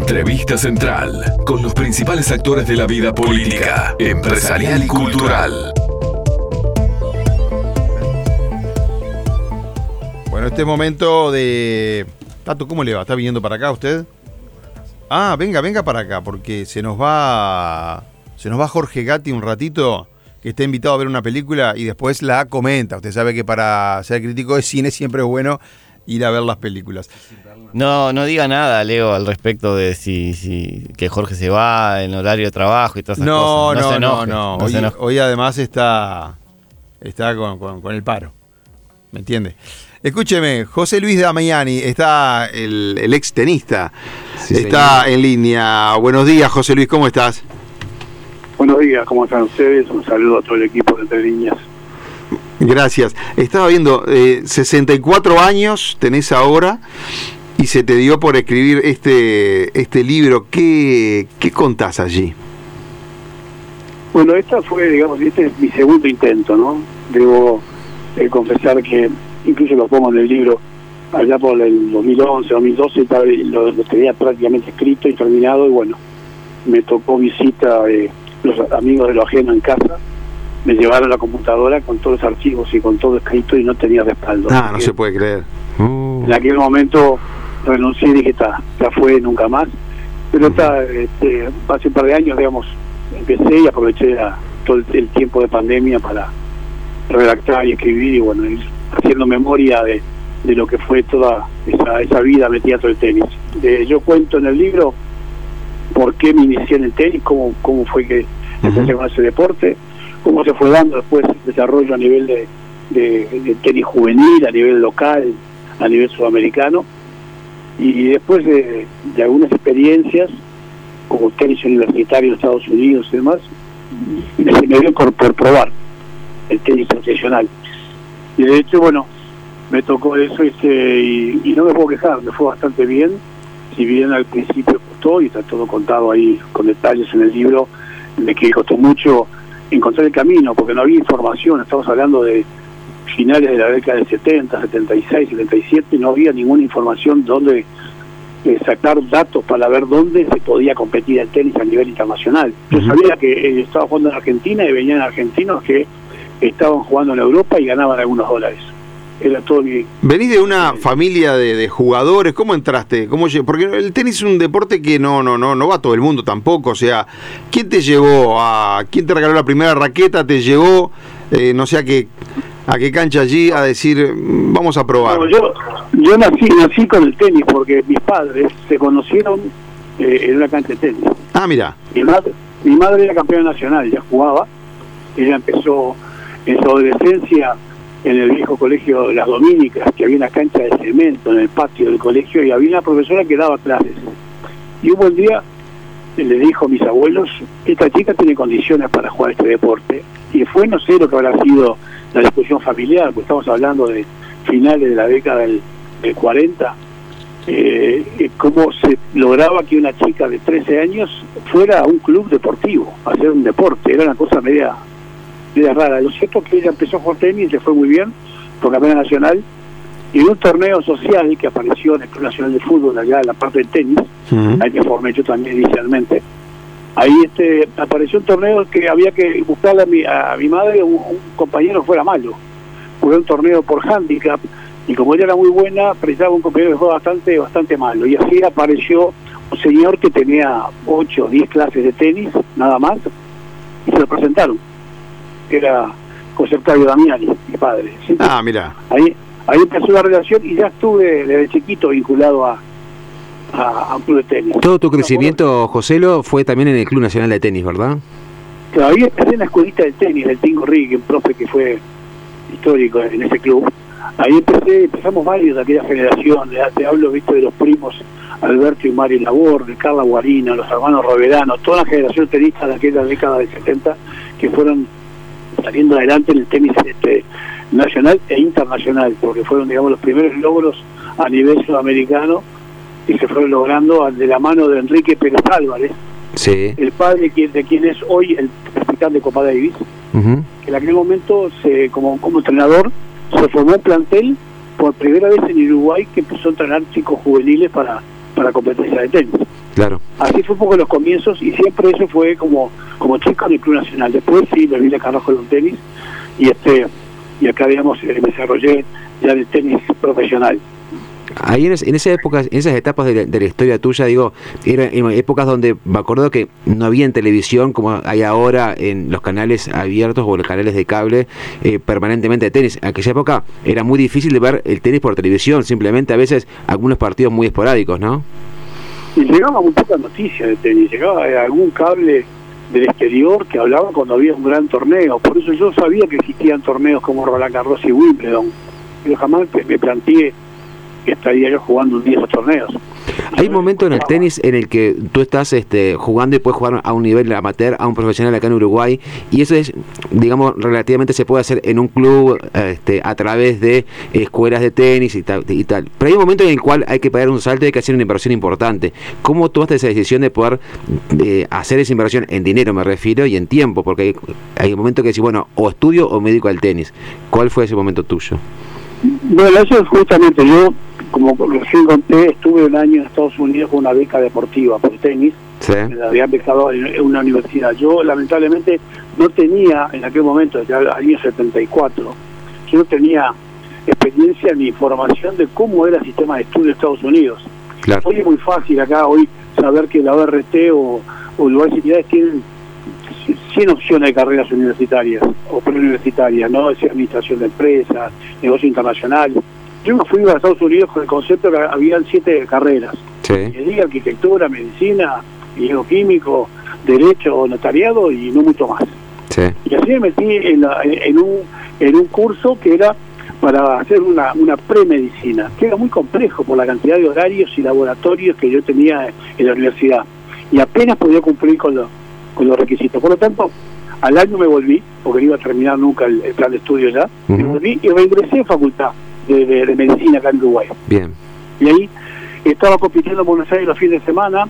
Entrevista central con los principales actores de la vida política, empresarial y cultural. Bueno, este momento de... Tato, ¿cómo le va? ¿Está viniendo para acá usted? Ah, venga para acá, porque se nos va Jorge Gatti un ratito, que está invitado a ver una película y después la comenta. Usted sabe que para ser crítico de cine siempre es bueno ir a ver las películas. No diga nada, Leo, al respecto de si que Jorge se va en horario de trabajo y todas esas cosas. No. Hoy además está con el paro. ¿Me entiende? Escúcheme, José Luis Damiani, está el ex tenista, sí, está señor. En línea. Buenos días, José Luis, ¿cómo estás? Buenos días, ¿cómo están ustedes? Un saludo a todo el equipo de Entre Líneas. Gracias. Estaba viendo, 64 años tenés ahora y se te dio por escribir este libro. ¿Qué contás allí? Bueno, este es mi segundo intento, ¿no? Debo confesar que incluso lo pongo en el libro allá por el 2011, 2012, lo tenía prácticamente escrito y terminado, y bueno, me tocó visita de los amigos de lo ajeno en casa. Me llevaron la computadora con todos los archivos y con todo escrito y no tenía respaldo. No se puede creer. En aquel momento renuncié y dije, ya fue, nunca más. Pero hace un par de años, digamos, empecé y aproveché todo el tiempo de pandemia para redactar y escribir y bueno, ir haciendo memoria de lo que fue toda esa vida metida todo el tenis. Yo cuento en el libro por qué me inicié en el tenis, cómo fue que empecé con ese deporte, cómo se fue dando después el desarrollo a nivel de tenis juvenil, a nivel local, a nivel sudamericano, y después de algunas experiencias como tenis universitario en Estados Unidos y demás, se me dio por probar el tenis profesional. Y de hecho, bueno, me tocó eso y no me puedo quejar, me fue bastante bien, si bien al principio costó, y está todo contado ahí con detalles en el libro, de que costó mucho encontrar el camino, porque no había información. Estamos hablando de finales de la década del 70, 76, 77, y no había ninguna información donde sacar datos para ver dónde se podía competir el tenis a nivel internacional. Yo sabía que estaba jugando en Argentina y venían argentinos que estaban jugando en Europa y ganaban algunos dólares. Era todo ¿Venís de una familia de jugadores? ¿Cómo entraste? Porque el tenis es un deporte que no va a todo el mundo tampoco. O sea, ¿quién te llevó quién te regaló la primera raqueta? ¿Te llevó, no sé a qué cancha allí a decir, vamos a probar? No, yo nací con el tenis porque mis padres se conocieron en una cancha de tenis. Ah, mira. Mi madre era campeona nacional, ya jugaba. Ella empezó en su adolescencia en el viejo colegio de las Dominicas, que había una cancha de cemento en el patio del colegio, y había una profesora que daba clases. Y un buen día le dijo a mis abuelos, esta chica tiene condiciones para jugar este deporte. Y fue, no sé lo que habrá sido la discusión familiar, porque estamos hablando de finales de la década del 40, cómo se lograba que una chica de 13 años fuera a un club deportivo a hacer un deporte. Era una cosa media rara. Lo cierto es que ella empezó a jugar tenis, le fue muy bien, por campeona nacional, y en un torneo social que apareció en el Club Nacional de Fútbol, allá en la parte del tenis, ahí me formé yo también inicialmente. Ahí apareció un torneo que había que buscarle a mi madre un compañero que fuera malo. Fue un torneo por handicap, y como ella era muy buena, precisaba un compañero que fue bastante malo. Y así apareció un señor que tenía 8 o 10 clases de tenis, nada más, y se lo presentaron. Era José Octavio Damiani, mi padre. ¿Sí? Ah, mira. Ahí empezó la relación y ya estuve desde chiquito vinculado a un club de tenis. Todo tu crecimiento, Joselo, fue también en el Club Nacional de Tenis, ¿verdad? Todavía empecé en la escuelita de tenis del Tingo Rick, un profe que fue histórico en ese club. Ahí empezamos varios de aquella generación. Te hablo, viste, de los primos Alberto y Mario Labor, de Carla Guarina, los hermanos Roverano, toda la generación tenista de aquella década del 70 que fueron saliendo adelante en el tenis nacional e internacional, porque fueron, digamos, los primeros logros a nivel sudamericano y se fueron logrando de la mano de Enrique Pérez Álvarez, sí, el padre de quien es hoy el capitán de Copa Davis, que en aquel momento como entrenador se formó un plantel por primera vez en Uruguay que empezó a entrenar chicos juveniles para competencia de tenis. Claro. Así fue un poco los comienzos y siempre eso fue como chico en el Club Nacional. Después sí, me vine a Carlos con un tenis y acá, digamos, me desarrollé ya en el tenis profesional. Ahí en esa época, en esas etapas de la historia tuya, digo, eran épocas donde me acuerdo que no había en televisión como hay ahora en los canales abiertos o los canales de cable permanentemente de tenis. En aquella época era muy difícil de ver el tenis por televisión, simplemente a veces algunos partidos muy esporádicos, ¿no? Y llegaba muy poca noticia de tenis, llegaba algún cable del exterior que hablaba cuando había un gran torneo. Por eso yo sabía que existían torneos como Roland Garros y Wimbledon, pero jamás me planteé que estaría yo jugando un día esos torneos. Hay un momento en el tenis en el que tú estás jugando y puedes jugar a un nivel amateur, a un profesional acá en Uruguay, y eso es, digamos, relativamente se puede hacer en un club a través de escuelas de tenis y tal. Pero hay un momento en el cual hay que pagar un salto y hay que hacer una inversión importante. ¿Cómo tomaste esa decisión de poder hacer esa inversión en dinero, me refiero, y en tiempo? Porque hay un momento que decís, bueno, o estudio o me dedico al tenis. ¿Cuál fue ese momento tuyo? Bueno, eso es justamente, yo, como recién conté, estuve un año en Estados Unidos con una beca deportiva por tenis. Sí. Me la habían becado en una universidad. Yo, lamentablemente, no tenía, en aquel momento, ya el año 74, yo no tenía experiencia ni información de cómo era el sistema de estudio de Estados Unidos. Claro. Hoy es muy fácil acá, hoy, saber que la ORT o universidades tienen 100 opciones de carreras universitarias o preuniversitarias, ¿no? Es administración de empresas, negocio internacional. Yo me fui a Estados Unidos con el concepto que habían 7 carreras. Sí. Ingeniería, arquitectura, medicina, bioquímico, derecho, notariado y no mucho más. Sí. Y así me metí en un curso que era para hacer una premedicina, que era muy complejo por la cantidad de horarios y laboratorios que yo tenía en la universidad. Y apenas podía cumplir con los requisitos. Por lo tanto, al año me volví, porque no iba a terminar nunca el plan de estudio ya, me volví y reingresé en facultad de medicina acá en Uruguay. Bien. Y ahí estaba compitiendo en Buenos Aires los fines de semana,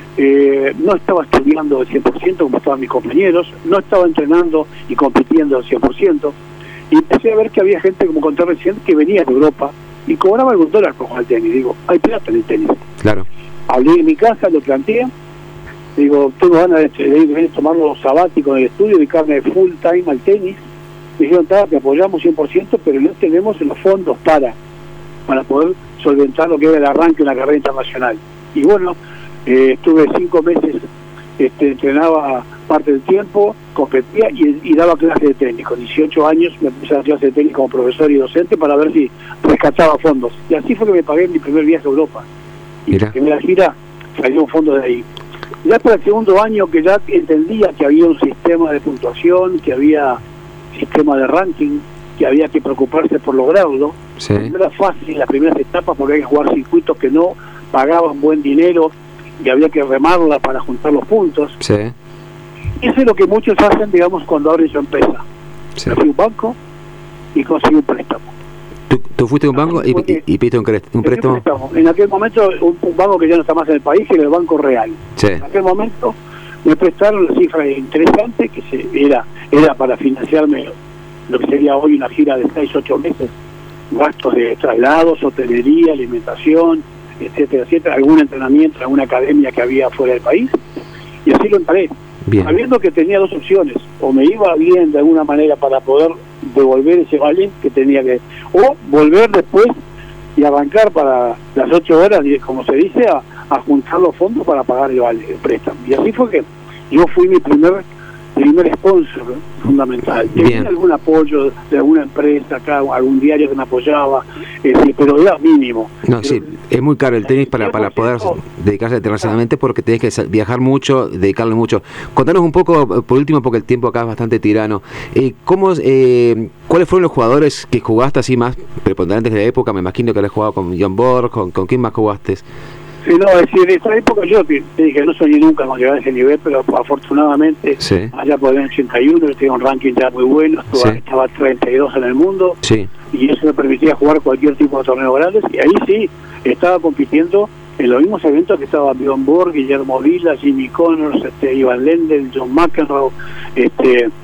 no estaba estudiando al 100% como estaban mis compañeros, no estaba entrenando y compitiendo al 100%, y empecé a ver que había gente, como conté recién, que venía de Europa y cobraba algún dólar por jugar al tenis. Digo, hay plata en el tenis. Claro. Hablé en mi casa, lo planteé, digo, tengo ganas de tomar los sabáticos en el estudio, dedicarme full time al tenis. Me dijeron, te apoyamos 100%, pero no tenemos los fondos para poder solventar lo que era el arranque de una carrera internacional. Y bueno, estuve 5 meses, entrenaba parte del tiempo, competía y daba clases de tenis. Con 18 años me puse a dar clases de tenis como profesor y docente para ver si rescataba fondos. Y así fue que me pagué mi primer viaje a Europa. Y Mira. mi primera gira salió un fondo de ahí. Ya para el segundo año, que ya entendía que había un sistema de puntuación, que había sistema de ranking, que había que preocuparse por lograrlo. Sí. No era fácil las primeras etapas porque hay que jugar circuitos que no pagaban buen dinero y había que remarla para juntar los puntos. Sí. Eso es lo que muchos hacen, digamos, cuando abren su empresa. Sí. Me fui a un banco y conseguí un préstamo. ¿Tú fuiste a un banco y pediste un préstamo? En aquel momento, un banco que ya no está más en el país, que era el Banco Real. Sí. En aquel momento me prestaron una cifra interesante que era para financiarme lo que sería hoy una gira de 6-8 meses, gastos de traslados, hotelería, alimentación, etcétera, etcétera, algún entrenamiento en alguna academia que había fuera del país, y así lo entré, sabiendo que tenía 2 opciones: o me iba bien de alguna manera para poder devolver ese vale que tenía que, o volver después y arrancar para las 8 horas, como se dice, a juntar los fondos para pagar el vale, el préstamo. Y así fue que yo fui mi primer sponsor fundamental. Tenía algún apoyo de alguna empresa acá, algún diario que me apoyaba, pero era mínimo. No, sí, es muy caro el tenis para poder dedicarse internacionalmente, porque tenés que viajar mucho, dedicarle mucho. Contanos un poco, por último, porque el tiempo acá es bastante tirano, ¿cuáles fueron los jugadores que jugaste así más preponderantes de la época? Me imagino que habías jugado con Bjorn Borg, ¿con quién más jugaste? Sí, no, es decir, en esa época yo te dije, no soñé nunca con llegar a ese nivel, pero afortunadamente, sí, allá por el 81, yo tenía un ranking ya muy bueno, estaba 32 en el mundo, sí, y eso me permitía jugar cualquier tipo de torneos grandes, y ahí sí, estaba compitiendo en los mismos eventos que estaba Bjorn Borg, Guillermo Vilas, Jimmy Connors, Ivan Lendl, John McEnroe,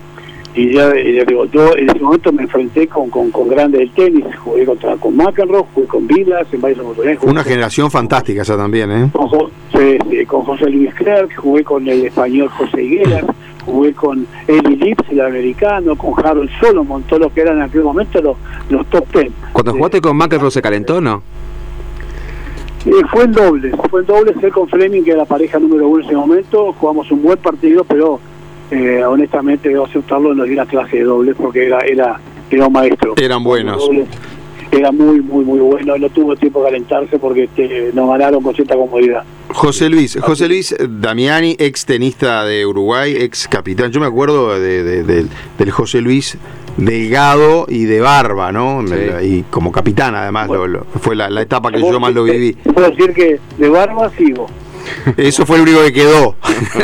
Y ya digo, yo en ese momento me enfrenté con grandes del tenis, jugué con McEnroe, jugué con Vilas en varias oportunidades. Una generación fantástica esa también, ¿eh? Con José Luis Clerc, jugué con el español José Higueras, jugué con Eli Lips, el americano, con Harold Solomon, todos los que eran en aquel momento los top 10. Cuando jugaste con McEnroe se calentó, ¿no? Fue en dobles, él con Fleming, que era la pareja número 1 en ese momento, jugamos un buen partido, pero honestamente debo aceptarlo, nos dio una clase de dobles porque era un maestro. Eran buenos. Era muy bueno, no tuvo tiempo de calentarse porque nos ganaron con cierta comodidad. José Luis Damiani, ex tenista de Uruguay, ex capitán. Yo me acuerdo del José Luis delgado y de barba, ¿no? Sí. Y como capitán, además, bueno, fue la etapa que yo más lo viví. Puedo decir que de barba sigo. Eso fue lo único que quedó.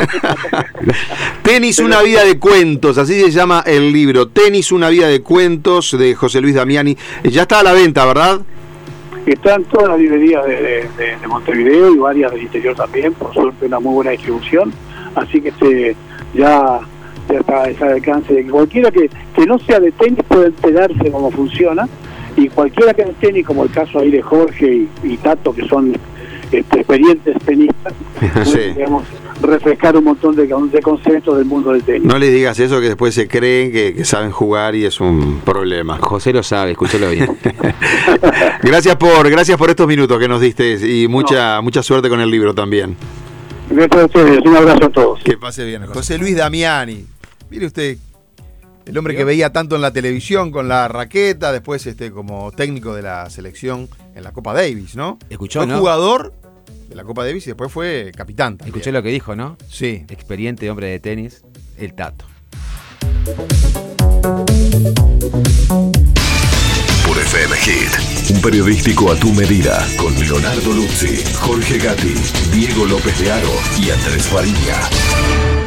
Tenis, una vida de cuentos, así se llama el libro. Tenis, una vida de cuentos, de José Luis Damiani. Ya está a la venta, ¿verdad? Están todas las librerías de Montevideo y varias del interior también, por suerte una muy buena distribución, así que ya está al alcance de que cualquiera que no sea de tenis puede enterarse cómo funciona, y cualquiera que es de tenis, como el caso ahí de Jorge y Tato, que son experientes tenistas, sí. Digamos, refrescar un montón de conceptos del mundo del tenis. No les digas eso, que después se creen que saben jugar y es un problema. José lo sabe, escúchalo bien. Gracias por estos minutos que nos diste y mucha suerte con el libro también. Gracias a ustedes, un abrazo a todos. Que pase bien. José Luis Damiani, mire usted, el hombre que veía tanto en la televisión con la raqueta, después como técnico de la selección en la Copa Davis, ¿no? Escuchó, fue ¿no? Jugador de la Copa Davis y después fue capitán también. Escuché lo que dijo, ¿no? Sí. Experiente hombre de tenis, el Tato. Por FM Hit, un periodístico a tu medida, con Leonardo Luzzi, Jorge Gatti, Diego López de Aro y Andrés Faría.